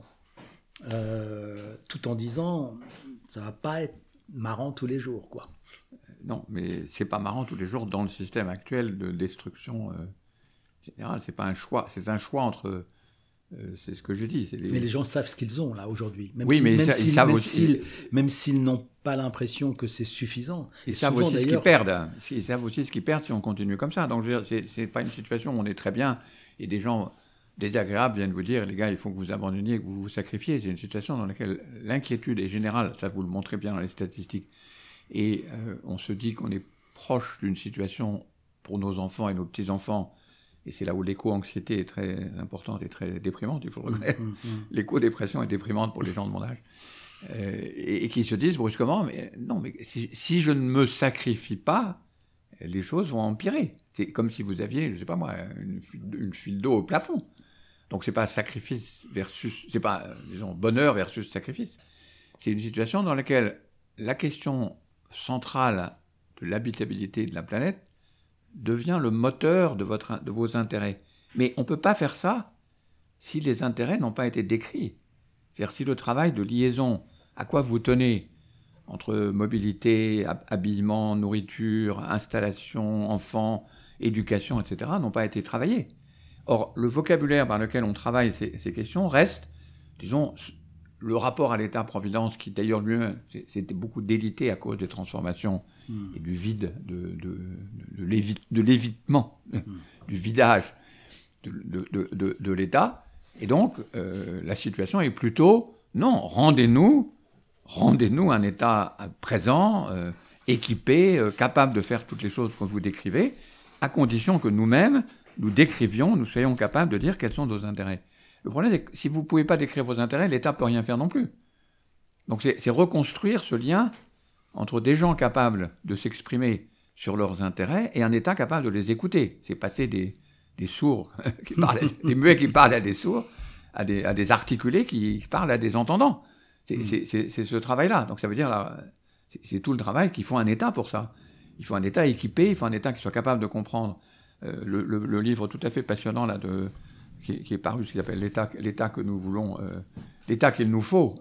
tout en disant ça va pas être marrant tous les jours, quoi. Non, mais c'est pas marrant tous les jours dans le système actuel de destruction générale. C'est pas un choix, c'est un choix entre. C'est ce que je dis. Mais les gens savent ce qu'ils ont là aujourd'hui. Même s'ils n'ont pas l'impression que c'est suffisant. Ils savent aussi ce qu'ils perdent. Ils savent aussi ce qu'ils perdent si on continue comme ça. Donc je veux dire, c'est pas une situation où on est très bien et des gens désagréables viennent vous dire les gars, il faut que vous abandonniez, que vous vous sacrifiez. C'est une situation dans laquelle l'inquiétude est générale. Ça vous le montrez bien dans les statistiques. Et on se dit qu'on est proche d'une situation pour nos enfants et nos petits-enfants. Et c'est là où l'éco-anxiété est très importante et très déprimante, il faut le reconnaître. L'éco-dépression est déprimante pour les gens de mon âge. Et qui se disent brusquement, mais non, mais si je ne me sacrifie pas, les choses vont empirer. C'est comme si vous aviez, je ne sais pas moi, une fuite d'eau au plafond. Donc c'est pas sacrifice versus, c'est pas, disons, bonheur versus sacrifice. C'est une situation dans laquelle la question centrale de l'habitabilité de la planète devient le moteur de vos intérêts. Mais on ne peut pas faire ça si les intérêts n'ont pas été décrits. C'est-à-dire si le travail de liaison, à quoi vous tenez, entre mobilité, habillement, nourriture, installation, enfants, éducation, etc., n'ont pas été travaillés. Or, le vocabulaire par lequel on travaille ces questions reste, disons, le rapport à l'État-providence, qui d'ailleurs lui-même s'était beaucoup délité à cause des transformations et du vide, de l'évitement, du vidage de l'État. Et donc, la situation est plutôt, non, rendez-nous un État présent, équipé, capable de faire toutes les choses que vous décrivez, à condition que nous-mêmes, nous soyons capables de dire quels sont nos intérêts. Le problème, c'est que si vous ne pouvez pas décrire vos intérêts, l'État ne peut rien faire non plus. Donc c'est reconstruire ce lien entre des gens capables de s'exprimer sur leurs intérêts et un État capable de les écouter. C'est passer des sourds, des muets qui parlent à des sourds, à des articulés qui parlent à des entendants. C'est ce travail-là. Donc ça veut dire, là, c'est tout le travail qu'il faut un État pour ça. Il faut un État équipé, il faut un État qui soit capable de comprendre. Le livre tout à fait passionnant là, qui est paru, ce qu'il appelle l'État que nous voulons, l'État qu'il nous faut,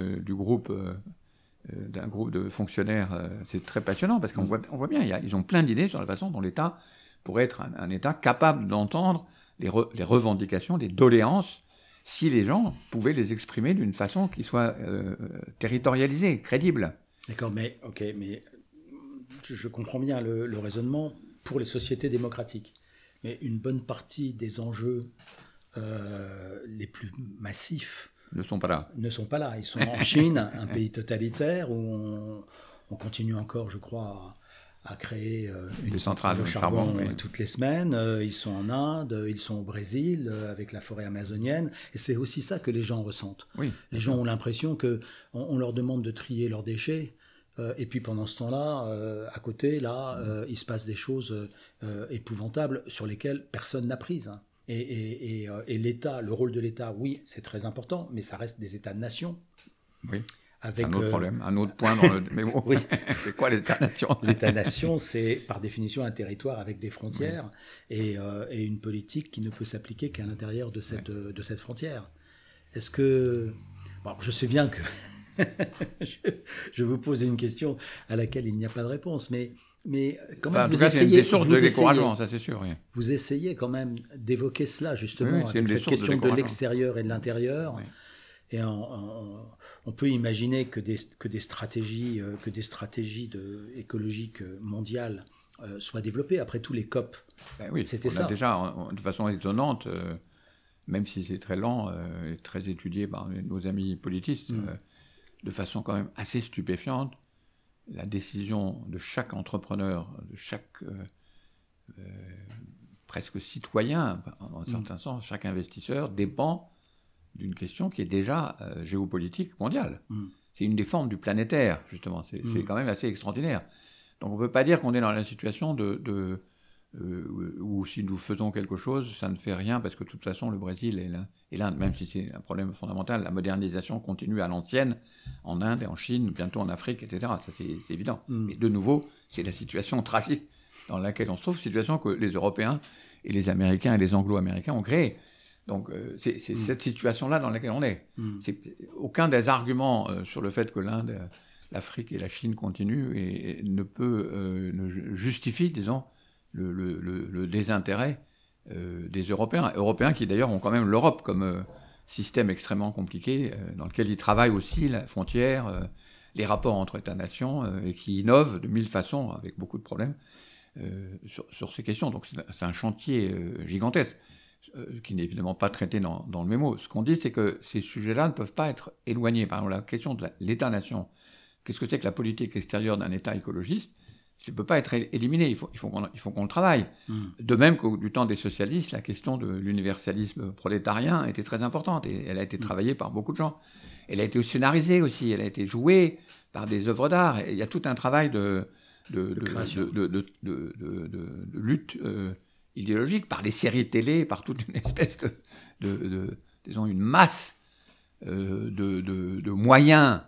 d'un groupe de fonctionnaires, c'est très passionnant parce qu'on voit bien, ils ont plein d'idées sur la façon dont l'État pourrait être un État capable d'entendre les revendications, les doléances, si les gens pouvaient les exprimer d'une façon qui soit territorialisée, crédible. D'accord, mais je comprends bien le raisonnement pour les sociétés démocratiques. Mais une bonne partie des enjeux les plus massifs ne sont pas là. Ils sont en Chine, un pays totalitaire où on continue encore, je crois, à créer des centrales de charbon oui. toutes les semaines. Ils sont en Inde, ils sont au Brésil avec la forêt amazonienne. Et c'est aussi ça que les gens ressentent. Oui, les gens ont l'impression qu'on leur demande de trier leurs déchets. Et puis pendant ce temps-là, à côté, il se passe des choses épouvantables sur lesquelles personne n'a prise. Et l'État, le rôle de l'État, oui, c'est très important, mais ça reste des États-nations. Oui. Avec, un autre problème, un autre point dans le... Mais bon, oui. C'est quoi l'État-nation? L'État-nation, c'est par définition un territoire avec des frontières et une politique qui ne peut s'appliquer qu'à l'intérieur de cette frontière. Est-ce que... Bon, je sais bien que je vous pose une question à laquelle il n'y a pas de réponse, mais quand même, vous essayez... C'est une des sources de découragement, ça c'est sûr. Oui. Vous essayez quand même d'évoquer cela, justement, oui, avec cette question de l'extérieur et de l'intérieur. Oui. Et on peut imaginer que des stratégies écologiques mondiales soient développées. Après tout, les COP, oui, c'était ça. Déjà, de façon étonnante, même si c'est très lent et très étudié par nos amis politistes, de façon quand même assez stupéfiante, la décision de chaque entrepreneur, de chaque presque citoyen, en un certain sens, chaque investisseur, dépend d'une question qui est déjà géopolitique mondiale. C'est une des formes du planétaire, justement. C'est quand même assez extraordinaire. Donc on ne peut pas dire qu'on est dans la situation où si nous faisons quelque chose, ça ne fait rien, parce que de toute façon, le Brésil et l'Inde, même si c'est un problème fondamental, la modernisation continue à l'ancienne, en Inde et en Chine, bientôt en Afrique, etc. Ça, c'est évident. Mais de nouveau, c'est la situation tragique dans laquelle on se trouve, situation que les Européens et les Américains et les Anglo-Américains ont créée. Donc, c'est cette situation-là dans laquelle on est. Aucun des arguments sur le fait que l'Inde, l'Afrique et la Chine continuent ne justifie, disons, le désintérêt des Européens qui d'ailleurs ont quand même l'Europe comme système extrêmement compliqué, dans lequel ils travaillent aussi la frontière, les rapports entre États-nations, et qui innovent de mille façons, avec beaucoup de problèmes, sur ces questions. Donc, c'est un chantier gigantesque, qui n'est évidemment pas traité dans le mémo. Ce qu'on dit, c'est que ces sujets-là ne peuvent pas être éloignés. Par exemple, la question de l'État-nation, qu'est-ce que c'est que la politique extérieure d'un État écologiste? Ça ne peut pas être éliminé, il faut qu'on le travaille. De même qu'au du temps des socialistes, la question de l'universalisme prolétarien était très importante, et elle a été travaillée par beaucoup de gens. Elle a été scénarisée aussi, elle a été jouée par des œuvres d'art, et il y a tout un travail de lutte idéologique, par les séries télé, par toute une espèce disons, une masse de moyens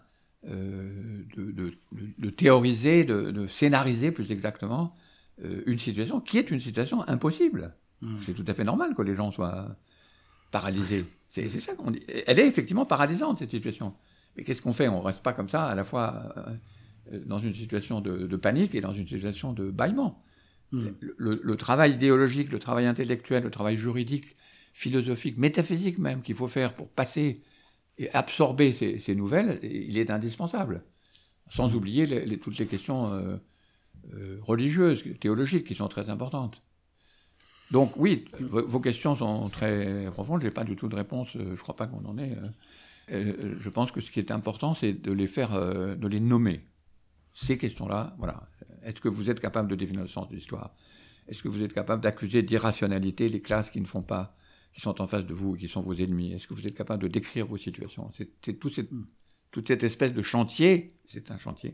de théoriser, de scénariser plus exactement une situation qui est une situation impossible. C'est tout à fait normal que les gens soient paralysés. C'est ça qu'on dit. Elle est effectivement paralysante, cette situation. Mais qu'est-ce qu'on fait? On ne reste pas comme ça, à la fois dans une situation de panique et dans une situation de bâillement. Le travail idéologique, le travail intellectuel, le travail juridique, philosophique, métaphysique même, qu'il faut faire pour passer et absorber ces nouvelles, il est indispensable. Sans oublier toutes les questions religieuses, théologiques, qui sont très importantes. Donc oui, vos questions sont très profondes, je n'ai pas du tout de réponse, je ne crois pas qu'on en ait. Je pense que ce qui est important, c'est de les nommer. Ces questions-là, voilà. Est-ce que vous êtes capable de définir le sens de l'histoire? Est-ce que vous êtes capable d'accuser d'irrationalité les classes qui ne font pas, qui sont en face de vous, qui sont vos ennemis? Est-ce que vous êtes capable de décrire vos situations? C'est toute cette espèce de chantier, c'est un chantier.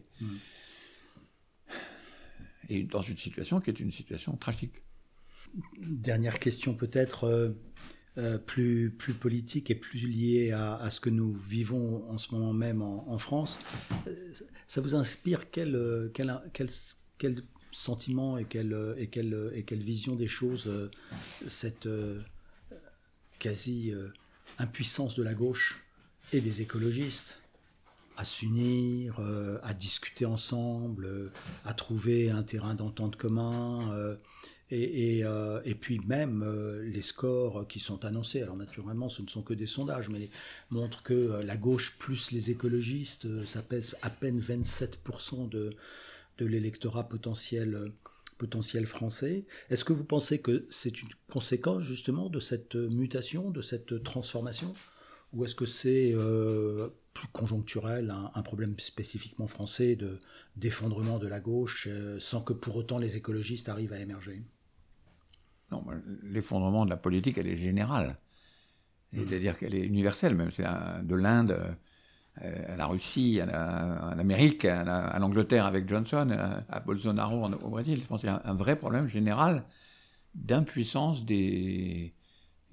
Et dans une situation qui est une situation tragique. Dernière question peut-être plus politique et plus liée à ce que nous vivons en ce moment même en France. Ça vous inspire quel sentiment et quelle vision des choses cette quasi impuissance de la gauche et des écologistes à s'unir, à discuter ensemble, à trouver un terrain d'entente commun, et puis même les scores qui sont annoncés. Alors naturellement, ce ne sont que des sondages, mais montrent que la gauche plus les écologistes, ça pèse à peine 27% de l'électorat potentiel français. Est-ce que vous pensez que c'est une conséquence justement de cette mutation, de cette transformation, ou est-ce que c'est plus conjoncturel, un problème spécifiquement français d'effondrement de la gauche, sans que pour autant les écologistes arrivent à émerger? Non, l'effondrement de la politique, elle est générale. C'est-à-dire qu'elle est universelle, même. C'est de l'Inde à la Russie, à l'Amérique, à l'Angleterre avec Johnson, à Bolsonaro au Brésil. Je pense qu'il y a un vrai problème général d'impuissance des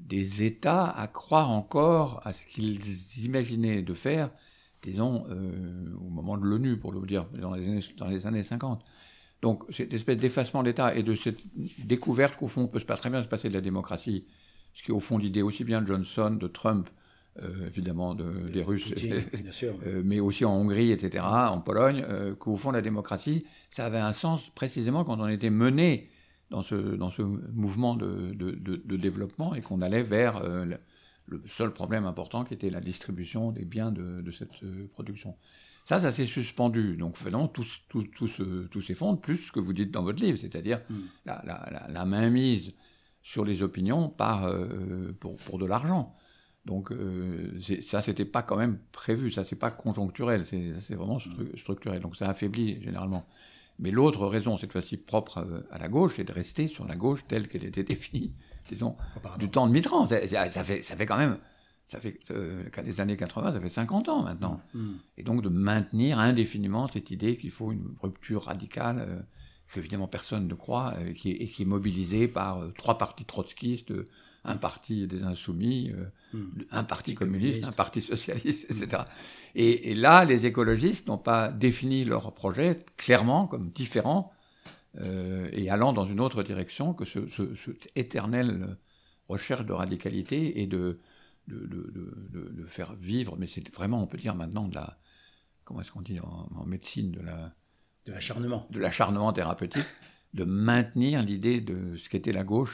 des États à croire encore à ce qu'ils imaginaient de faire, disons, au moment de l'ONU, pour le dire, dans les années 50. Donc, cette espèce d'effacement d'État et de cette découverte qu'au fond, on peut pas très bien se passer de la démocratie, ce qui est au fond l'idée aussi bien de Johnson, de Trump, évidemment des Russes, Poutine, bien sûr. Mais aussi en Hongrie, etc., en Pologne, qu'au fond, la démocratie, ça avait un sens précisément quand on était mené dans ce mouvement de développement et qu'on allait vers le seul problème important qui était la distribution des biens de cette production. Ça s'est suspendu. Donc, finalement, tout s'effondre, plus ce que vous dites dans votre livre, c'est-à-dire la mainmise sur les opinions pour de l'argent. Donc, ça, c'était pas quand même prévu, ça, c'est pas conjoncturel, c'est vraiment structurel. Donc, ça affaiblit généralement. Mais l'autre raison, cette fois-ci propre à la gauche, c'est de rester sur la gauche telle qu'elle était définie, disons, du temps de Mitterrand. Ça fait quand même. Ça fait des années 80, ça fait 50 ans maintenant. Et donc de maintenir indéfiniment cette idée qu'il faut une rupture radicale, qu'évidemment personne ne croit, qui est mobilisée par 3 partis trotskistes, un parti des Insoumis, un parti communiste, un parti socialiste, etc. Et là, les écologistes n'ont pas défini leur projet clairement comme différent et allant dans une autre direction que cette éternelle recherche de radicalité et de faire vivre, mais c'est vraiment, on peut dire maintenant, comment est-ce qu'on dit en médecine, de l'acharnement. De l'acharnement thérapeutique, de maintenir l'idée de ce qu'était la gauche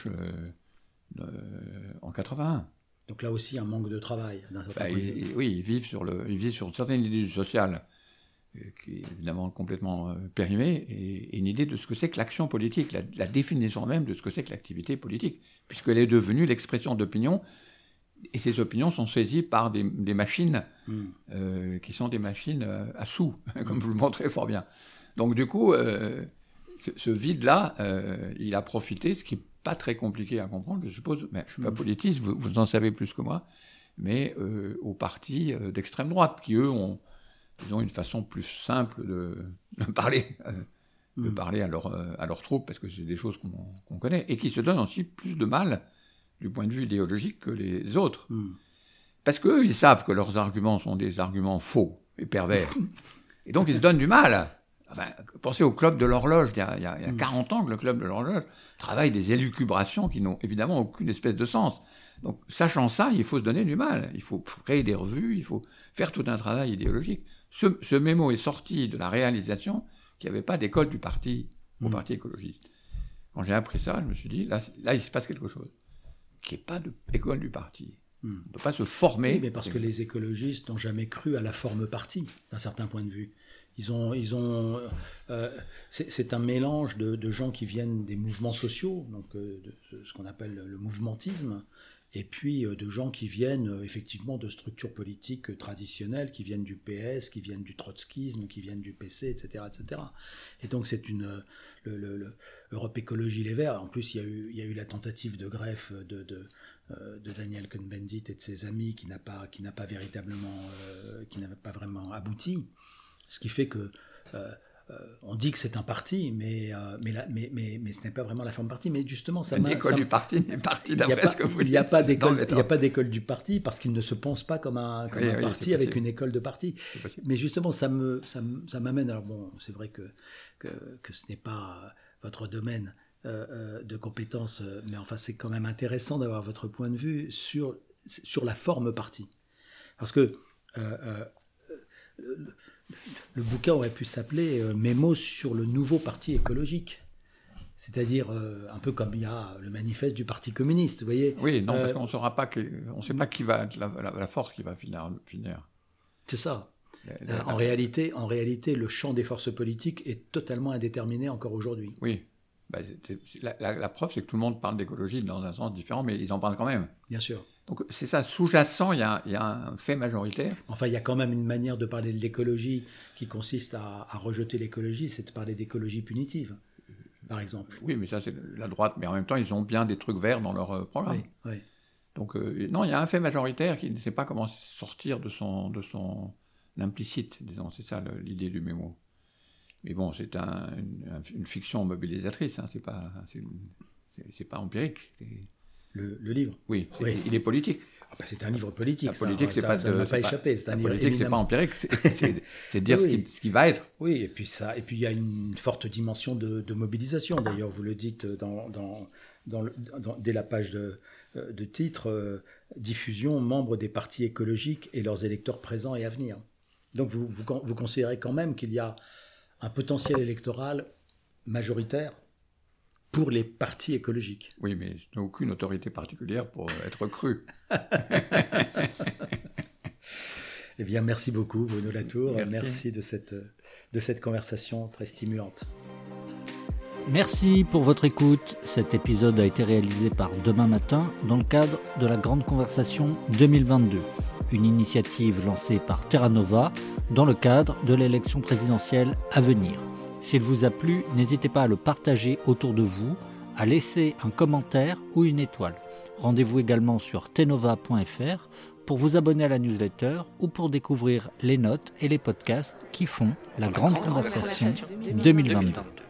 en 81. Donc là aussi, un manque de travail, d'un certain point de vue. Oui, ils vivent sur une certaine idée du social, qui est évidemment complètement périmée, et une idée de ce que c'est que l'action politique, la définition même de ce que c'est que l'activité politique, puisqu'elle est devenue l'expression d'opinion. Et ces opinions sont saisies par des machines qui sont des machines à sous, comme vous le montrez fort bien. Donc du coup, ce vide-là, il a profité, ce qui n'est pas très compliqué à comprendre, je suppose, mais je ne suis pas politiste, vous en savez plus que moi, mais aux partis d'extrême droite, qui eux ont, disons, une façon plus simple de parler à leurs troupes, parce que c'est des choses qu'on connaît, et qui se donnent aussi plus de mal du point de vue idéologique que les autres. Parce qu'eux, ils savent que leurs arguments sont des arguments faux et pervers. Et donc, ils se donnent du mal. Enfin, pensez au Club de l'Horloge. Il y a 40 ans que le Club de l'Horloge travaille des élucubrations qui n'ont évidemment aucune espèce de sens. Donc, sachant ça, il faut se donner du mal. Il faut créer des revues, il faut faire tout un travail idéologique. Ce mémo est sorti de la réalisation qu'il n'y avait pas d'école du parti au Parti écologiste. Quand j'ai appris ça, je me suis dit, là il se passe quelque chose. Qu'il n'y ait pas d'école du parti. On ne peut pas se former. Oui, mais parce que les écologistes n'ont jamais cru à la forme parti, d'un certain point de vue. C'est un mélange de gens qui viennent des mouvements sociaux, donc de ce qu'on appelle le mouvementisme, et puis de gens qui viennent effectivement de structures politiques traditionnelles, qui viennent du PS, qui viennent du trotskisme, qui viennent du PC, etc. etc. Et donc c'est Europe Écologie Les Verts. En plus, il y a eu la tentative de greffe de Daniel Cohn-Bendit et de ses amis qui n'a pas vraiment abouti. Ce qui fait que on dit que c'est un parti, mais ce n'est pas vraiment la forme parti. Mais justement, ça m'a... L'école du parti n'est parti d'après ce que vous dites. Il n'y a pas d'école du parti parce qu'il ne se pense pas comme un parti avec une école de parti. Mais justement, ça m'amène... Alors bon, c'est vrai que ce n'est pas votre domaine de compétences, mais enfin, c'est quand même intéressant d'avoir votre point de vue sur la forme parti. Parce que... le bouquin aurait pu s'appeler Mémo sur le nouveau parti écologique. C'est-à-dire un peu comme il y a le manifeste du Parti communiste, vous voyez. Oui, non, parce qu'on ne sait pas qui va être la force qui va finir. C'est ça. En réalité, le champ des forces politiques est totalement indéterminé encore aujourd'hui. Oui. La preuve, c'est que tout le monde parle d'écologie dans un sens différent, mais ils en parlent quand même. Bien sûr. Donc c'est ça, sous-jacent, il y a un fait majoritaire. Enfin, il y a quand même une manière de parler de l'écologie qui consiste à rejeter l'écologie, c'est de parler d'écologie punitive, par exemple. Oui, mais ça c'est la droite, mais en même temps, ils ont bien des trucs verts dans leur programme. Oui. Donc non, il y a un fait majoritaire qui ne sait pas comment sortir de son implicite, disons, c'est ça l'idée du mémo. Mais bon, c'est une fiction mobilisatrice, hein, c'est pas empirique. le livre. Oui, il est politique. C'est un livre politique. La politique, ça ne m'a pas échappé. C'est un la livre politique, c'est pas empirique, c'est dire ce qui va être. Oui, et puis il y a une forte dimension de mobilisation. D'ailleurs, vous le dites dès la page de titre, diffusion, membres des partis écologiques et leurs électeurs présents et à venir. Donc vous considérez quand même qu'il y a un potentiel électoral majoritaire pour les partis écologiques. Oui, mais je n'ai aucune autorité particulière pour être cru. Eh bien, merci beaucoup, Bruno Latour. Merci de cette conversation très stimulante. Merci pour votre écoute. Cet épisode a été réalisé par Demain Matin dans le cadre de la Grande Conversation 2022, une initiative lancée par Terra Nova dans le cadre de l'élection présidentielle à venir. S'il vous a plu, n'hésitez pas à le partager autour de vous, à laisser un commentaire ou une étoile. Rendez-vous également sur tenova.fr pour vous abonner à la newsletter ou pour découvrir les notes et les podcasts qui font la Grande Conversation 2022.